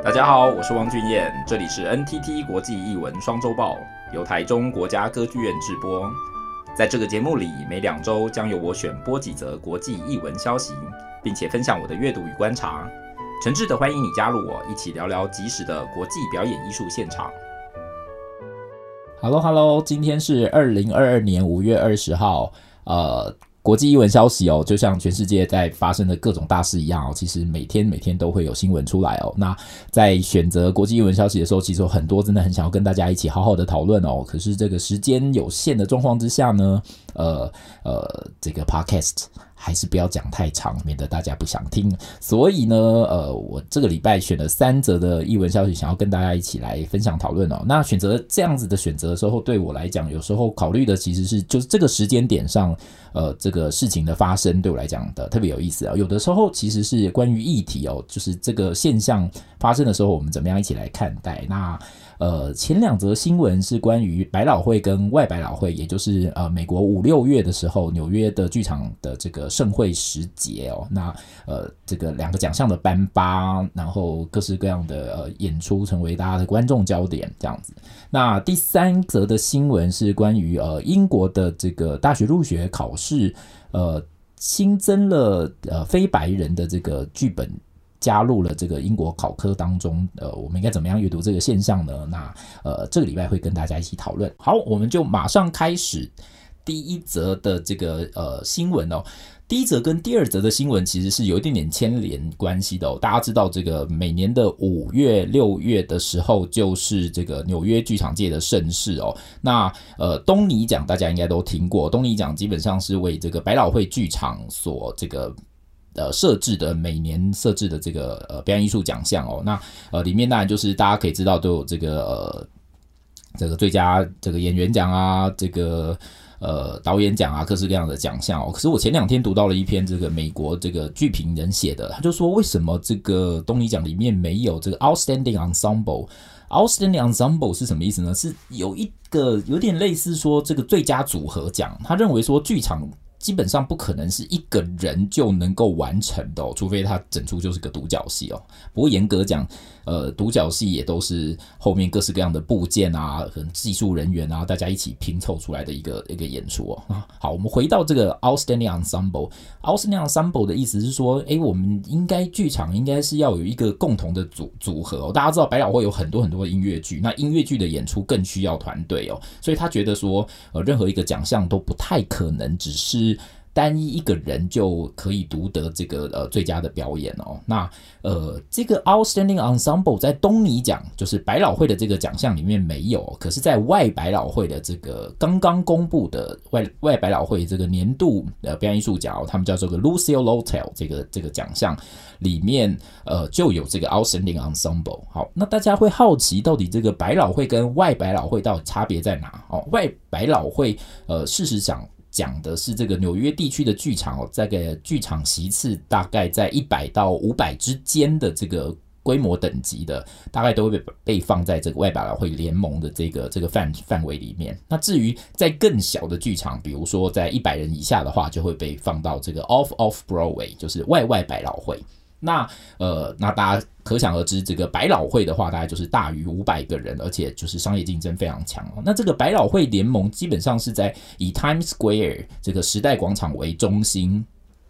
大家好，我是汪俊彦，这里是 NTT 国际艺文双周报，由台中国家歌剧院制播。在这个节目里，每2周将由我选播几则国际艺文消息，并且分享我的阅读与观察。诚挚的欢迎你加入我，一起聊聊即时的国际表演艺术现场。Hello， 今天是2022年5月20号，国际艺文消息哦，就像全世界在发生的各种大事一样哦，其实每天都会有新闻出来哦。那在选择国际艺文消息的时候，其实有很多真的很想要跟大家一起好好的讨论哦。可是这个时间有限的状况之下呢，这个 podcast 还是不要讲太长，免得大家不想听。所以呢，我这个礼拜选了3则的艺文消息，想要跟大家一起来分享讨论哦。那选择这样子的选择的时候，对我来讲，有时候考虑的其实是就是这个时间点上，这个事情的发生对我来讲的特别有意思啊。有的时候其实是关于议题哦，就是这个现象发生的时候，我们怎么样一起来看待。那前2则新闻是关于百老汇跟外百老汇，也就是美国5、6月的时候，纽约的剧场的这个盛会时节哦，那这个2个奖项的颁发，然后各式各样的演出成为大家的观众焦点这样子。那第3则的新闻是关于英国的这个大学入学考试新增了非白人的这个剧本加入了这个英国考科当中，我们应该怎么样阅读这个现象呢？那这个礼拜会跟大家一起讨论。好，我们就马上开始第1则的这个新闻哦。第1则跟第2则的新闻其实是有一点点牵连关系的哦。大家知道这个每年的5月、6月的时候，就是这个纽约剧场界的盛事哦。那东尼奖大家应该都听过，东尼奖基本上是为这个百老汇剧场所这个设置的每年设置的这个表演艺术奖项哦。那里面当然就是大家可以知道都有这个最佳这个演员奖啊，这个导演奖啊，各式各样的奖项哦。可是我前2天读到了一篇这个美国这个剧评人写的，他就说为什么这个东尼奖里面没有这个 Outstanding Ensemble。Outstanding Ensemble 是什么意思呢？是有一个有点类似说这个最佳组合奖，他认为说剧场基本上不可能是一个人就能够完成的哦，除非他整出就是个独角戏哦。不过严格讲，独角戏也都是后面各式各样的部件啊，可能技术人员啊，大家一起拼凑出来的一个演出哦。好，我们回到这个 Outstanding Ensemble。Outstanding Ensemble 的意思是说，我们剧场应该是要有一个共同的组合哦。大家知道百老汇有很多很多的音乐剧，那音乐剧的演出更需要团队哦，所以他觉得说，任何一个奖项都不太可能只是单一个人就可以独得这个最佳的表演哦。那这个 Outstanding Ensemble 在东尼奖，就是百老汇的这个奖项里面没有，可是在外百老汇的这个刚刚公布的外百老汇这个年度表演艺术奖，他们叫做个 Lucille Lortel 这个奖项里面就有这个 Outstanding Ensemble。好，那大家会好奇到底这个百老汇跟外百老汇到底差别在哪？外百老汇事实上讲的是这个纽约地区的剧场哦，这个剧场席次大概在100到500之间的这个规模等级的，大概都会被放在这个外百老汇联盟的这个范围里面。那至于在更小的剧场，比如说在100人以下的话，就会被放到这个 off Broadway， 就是外百老汇。那大家可想而知，这个百老汇的话，大概就是大于500个人，而且就是商业竞争非常强哦。那这个百老汇联盟基本上是在以 Times Square 这个时代广场为中心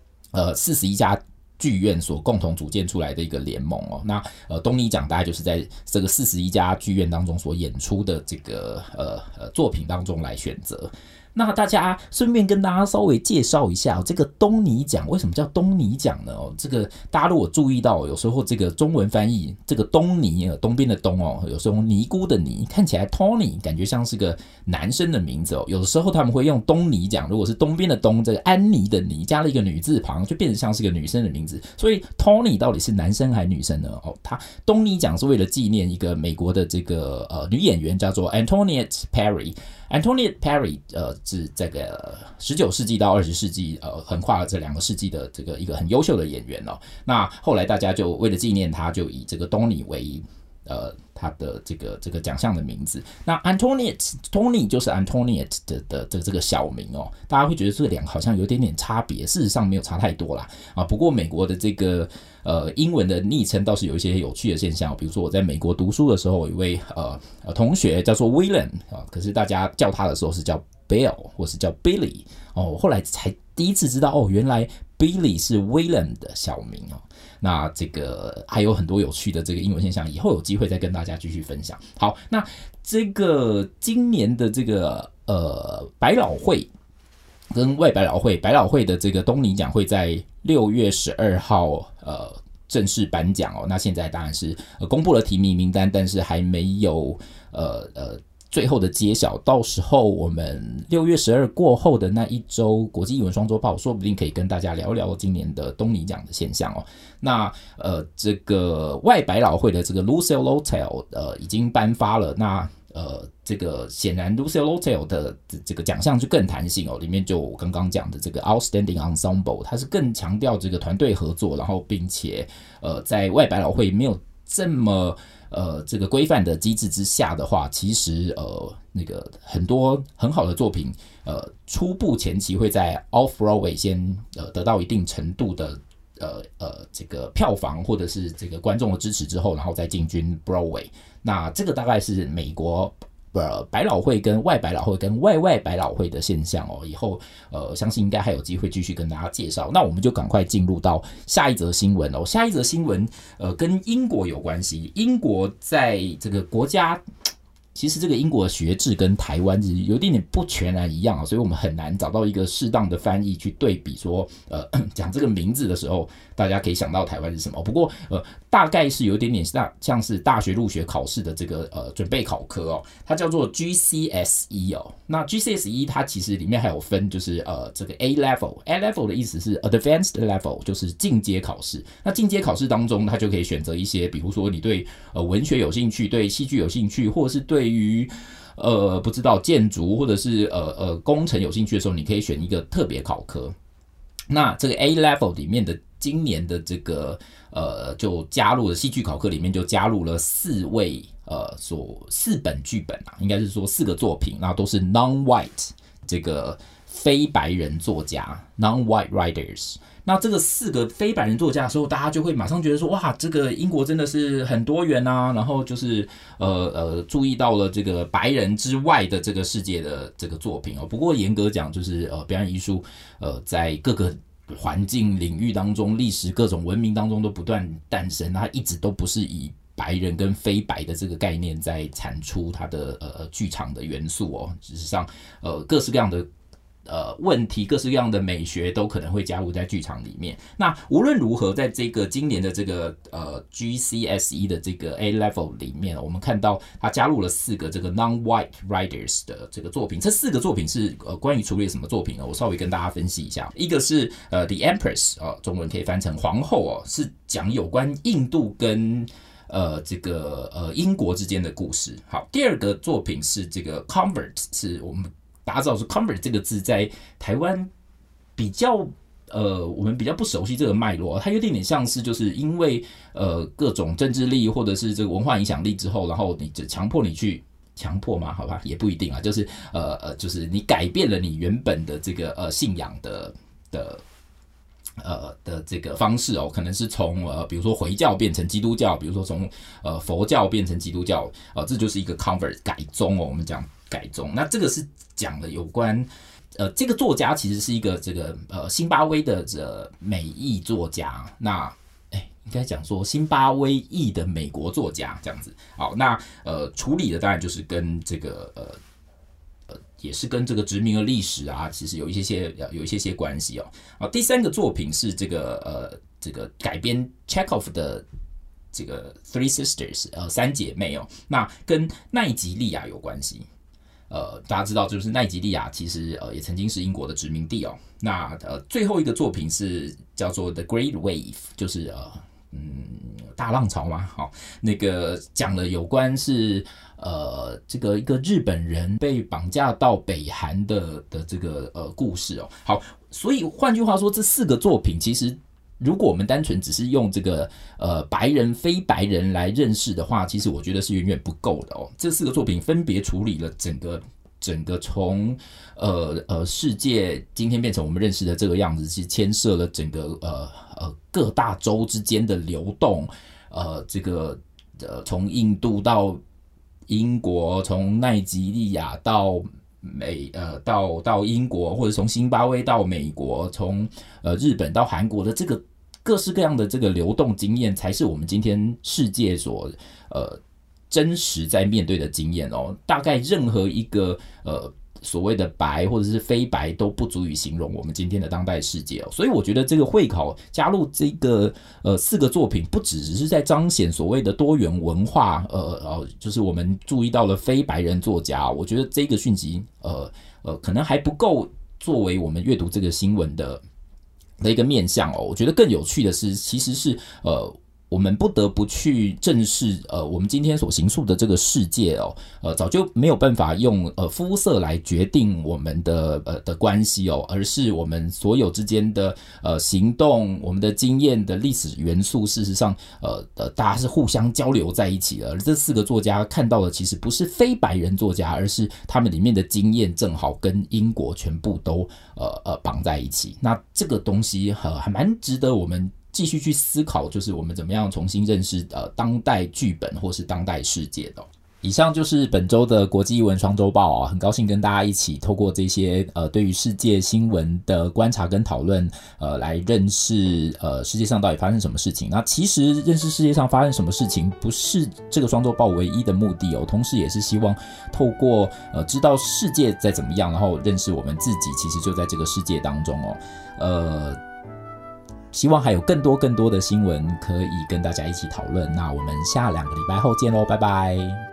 ，41家剧院所共同组建出来的一个联盟哦。那东尼奖大概就是在这个41家剧院当中所演出的这个作品当中来选择。那大家顺便跟大家稍微介绍一下这个东尼奖为什么叫东尼奖呢？这个大家如果注意到，有时候这个中文翻译这个东尼东边的东哦，有时候尼姑的尼看起来 Tony 感觉像是个男生的名字哦，有的时候他们会用东尼奖，如果是东边的东，这个安妮的妮加了一个女字旁，就变成像是个女生的名字。所以 Tony 到底是男生还是女生呢？他东尼奖是为了纪念一个美国的这个女演员叫做 Antoinette Perry。Antoinette Perry 是这个19世纪到20世纪横跨了这2个世纪的这个一个很优秀的演员哦。那后来大家就为了纪念他，就以这个东尼为他的这个奖项的名字。那 Tony 就是 Antoinette 的这个小名哦，大家会觉得这两个好像有点差别，事实上没有差太多啦啊。不过美国的这个英文的昵称倒是有一些有趣的现象，比如说我在美国读书的时候，有一位同学叫做 William 可是大家叫他的时候是叫 Bill 或是叫 Billy 哦，后来才第一次知道哦，原来 Billy 是 William 的小名哦。那这个还有很多有趣的这个英文现象，以后有机会再跟大家继续分享。好，那这个今年的这个百老汇跟外百老汇，百老汇的这个东尼奖会在6月12号正式颁奖哦。那现在当然是公布了提名名单，但是还没有最后的揭晓，到时候我们6月12过后的那一周，国际艺文双周报说不定可以跟大家聊聊今年的东尼奖的现象哦。那这个外百老汇的这个 Lucille Lortel 已经颁发了，那这个显然 Lucille Lortel 的这个奖项就更弹性哦，里面就我刚刚讲的这个 Outstanding Ensemble， 它是更强调这个团队合作，然后并且在外百老汇没有这么这个规范的机制之下的话，其实那个很多很好的作品初步前期会在 Off Broadway 先得到一定程度的这个票房或者是这个观众的支持之后，然后再进军 Broadway。那这个大概是美国百老汇跟外百老汇跟外百老汇的现象哦，以后相信应该还有机会继续跟大家介绍。那我们就赶快进入到下一则新闻哦。下一则新闻跟英国有关系。英国在这个国家，其实这个英国的学制跟台湾有点不全然一样，所以我们很难找到一个适当的翻译去对比说讲这个名字的时候大家可以想到台湾是什么。不过大概是有点像是大学入学考试的这个准备考科哦，它叫做 GCSE 哦。那 GCSE 它其实里面还有分，就是这个 A level 的意思是 Advanced Level， 就是进阶考试。那进阶考试当中，它就可以选择一些，比如说你对文学有兴趣，对戏剧有兴趣，或者是对于不知道建筑或者是工程有兴趣的时候，你可以选一个特别考科。那这个 A level 里面的今年的这个就加入了戏剧考科里面就加入了4本剧本啊，应该是说4个作品，然后都是 non-white 这个非白人作家 non-white writers。那这个4个非白人作家的时候，大家就会马上觉得说，哇，这个英国真的是很多元啊，然后就是注意到了这个白人之外的这个世界的这个作品哦。不过严格讲，就是表演艺术在各个环境领域当中，历史各种文明当中都不断诞生，它一直都不是以白人跟非白的这个概念在产出它的剧场的元素哦。事实上各式各样的问题，各式各样的美学都可能会加入在剧场里面。那无论如何，在这个今年的这个GCSE 的这个 A level 里面，我们看到它加入了4个这个 non-white writers 的这个作品。这4个作品是关于处理什么作品呢？我稍微跟大家分析一下。一个是The Empress 中文可以翻成皇后哦，是讲有关印度跟这个英国之间的故事。好，第二个作品是这个 Convert， 是我们大家知道说 convert 这个字在台湾比较我们比较不熟悉这个脉络，它有点像是就是因为各种政治力或者是这个文化影响力之后，然后你就强迫吗？好吧，也不一定啊，就是就是你改变了你原本的这个信仰的这个方式哦，可能是从比如说回教变成基督教，比如说从佛教变成基督教，这就是一个 convert 改宗哦，我们讲改宗。那这个是讲了有关这个作家其实是一个这个辛巴威的美裔作家，那应该讲说辛巴威裔的美国作家这样子。好，那处理的当然就是跟这个也是跟这个殖民的历史啊，其实有一些关系哦。第3个作品是这个改编 Chekhov 的这个 Three Sisters 3姐妹哦，那跟奈及利亚有关系。大家知道就是奈及利亚其实也曾经是英国的殖民地哦。那最后一个作品是叫做 The Great Wave， 就是大浪潮嘛，好，那个讲了有关是这个一个日本人被绑架到北韩的这个故事哦。好，所以换句话说，这4个作品其实如果我们单纯只是用这个白人非白人来认识的话，其实我觉得是远远不够的哦。这4个作品分别处理了整个从世界今天变成我们认识的这个样子，其实牵涉了整个各大洲之间的流动，这个从印度到英国，从奈及利亚到到英国，或者从辛巴威到美国，从日本到韩国的这个各式各样的这个流动经验，才是我们今天世界所真实在面对的经验哦。大概任何一个所谓的白或者是非白都不足以形容我们今天的当代世界哦。所以我觉得这个会考加入这个4个作品，不只是在彰显所谓的多元文化，就是我们注意到了非白人作家，我觉得这个讯息可能还不够作为我们阅读这个新闻的一个面向哦。我觉得更有趣的是，其实是我们不得不去正视我们今天所形塑的这个世界哦，早就没有办法用肤色来决定我们的关系哦，而是我们所有之间的行动、我们的经验的历史元素，事实上大家是互相交流在一起的。而这4个作家看到的其实不是非白人作家，而是他们里面的经验正好跟英国全部都绑在一起。那这个东西还蛮值得我们继续去思考，就是我们怎么样重新认识当代剧本或是当代世界的。以上就是本周的国际译文双周报很高兴跟大家一起透过这些对于世界新闻的观察跟讨论来认识世界上到底发生什么事情。那其实认识世界上发生什么事情不是这个双周报唯一的目的同时也是希望透过知道世界在怎么样，然后认识我们自己其实就在这个世界当中希望还有更多的新闻可以跟大家一起讨论。那我们下2个礼拜后见咯，拜拜。